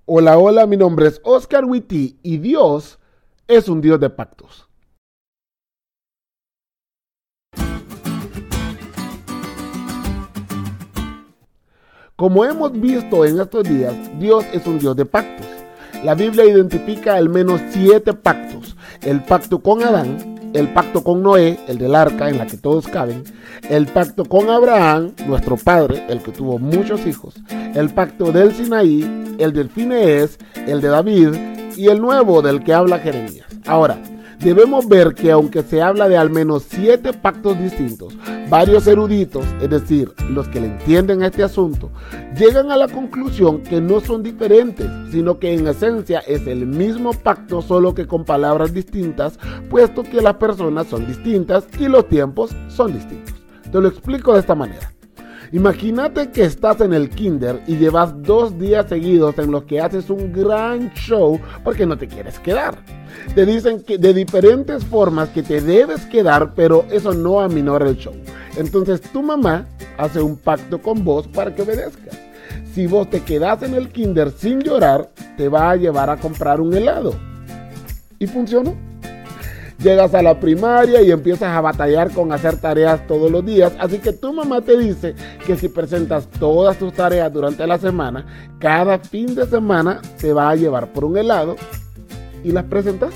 Hola, hola, mi nombre es Oscar Witty y Dios es un Dios de pactos. Como hemos visto en estos días, Dios es un Dios de pactos. La Biblia identifica al menos 7 pactos. El pacto con Adán, el pacto con Noé, el del arca en la que todos caben, el pacto con Abraham, nuestro padre, el que tuvo muchos hijos, el pacto del Sinaí, el del Finehés, el de David y el nuevo del que habla Jeremías. Ahora, debemos ver que aunque se habla de al menos 7 pactos distintos, varios eruditos, es decir, los que le entienden a este asunto, llegan a la conclusión que no son diferentes, sino que en esencia es el mismo pacto, solo que con palabras distintas, puesto que las personas son distintas y los tiempos son distintos. Te lo explico de esta manera. Imagínate que estás en el kinder y llevas 2 días seguidos en los que haces un gran show porque no te quieres quedar. Te dicen que de diferentes formas que te debes quedar, pero eso no aminora el show. Entonces tu mamá hace un pacto con vos para que obedezcas. Si vos te quedás en el kinder sin llorar, te va a llevar a comprar un helado. ¿Y funcionó? Llegas a la primaria y empiezas a batallar con hacer tareas todos los días, así que tu mamá te dice que si presentas todas tus tareas durante la semana, cada fin de semana te va a llevar por un helado y las presentaste.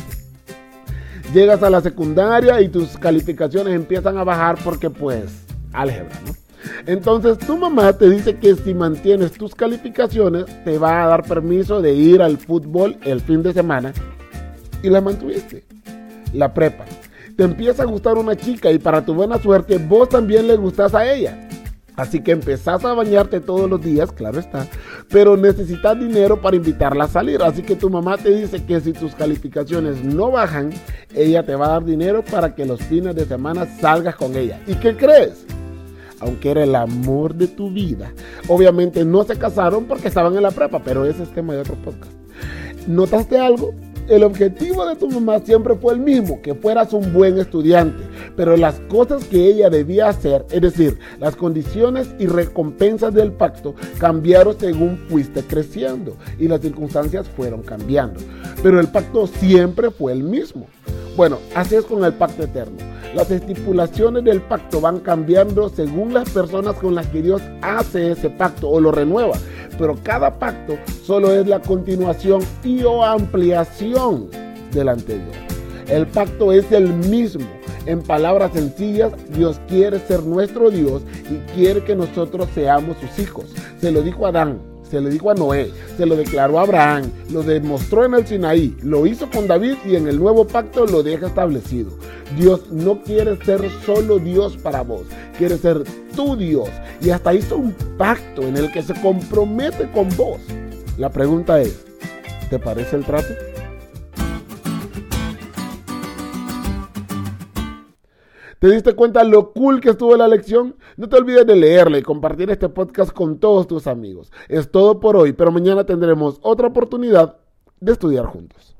Llegas a la secundaria y tus calificaciones empiezan a bajar porque pues álgebra, ¿no? Entonces tu mamá te dice que si mantienes tus calificaciones te va a dar permiso de ir al fútbol el fin de semana y las mantuviste. La prepa. Te empieza a gustar una chica y para tu buena suerte vos también le gustás a ella. Así que empezás a bañarte todos los días, claro está, pero necesitas dinero para invitarla a salir. Así que tu mamá te dice que si tus calificaciones no bajan, ella te va a dar dinero para que los fines de semana salgas con ella. ¿Y qué crees? Aunque era el amor de tu vida. Obviamente no se casaron porque estaban en la prepa, pero ese es tema de otro podcast. ¿Notaste algo? El objetivo de tu mamá siempre fue el mismo, que fueras un buen estudiante, pero las cosas que ella debía hacer, es decir, las condiciones y recompensas del pacto, cambiaron según fuiste creciendo y las circunstancias fueron cambiando, pero el pacto siempre fue el mismo. Bueno, así es con el pacto eterno. Las estipulaciones del pacto van cambiando según las personas con las que Dios hace ese pacto o lo renueva, pero cada pacto solo es la continuación y o ampliación del anterior. El pacto es el mismo. En palabras sencillas, Dios quiere ser nuestro Dios y quiere que nosotros seamos sus hijos. Se lo dijo a Adán, se lo dijo a Noé, se lo declaró a Abraham, lo demostró en el Sinaí, lo hizo con David y en el nuevo pacto lo deja establecido. Dios no quiere ser solo Dios para vos, quiere ser tu Dios y hasta hizo un pacto en el que se compromete con vos. La pregunta es, ¿te parece el trato? ¿Te diste cuenta lo cool que estuvo la lección? No te olvides de leerla y compartir este podcast con todos tus amigos. Es todo por hoy, pero mañana tendremos otra oportunidad de estudiar juntos.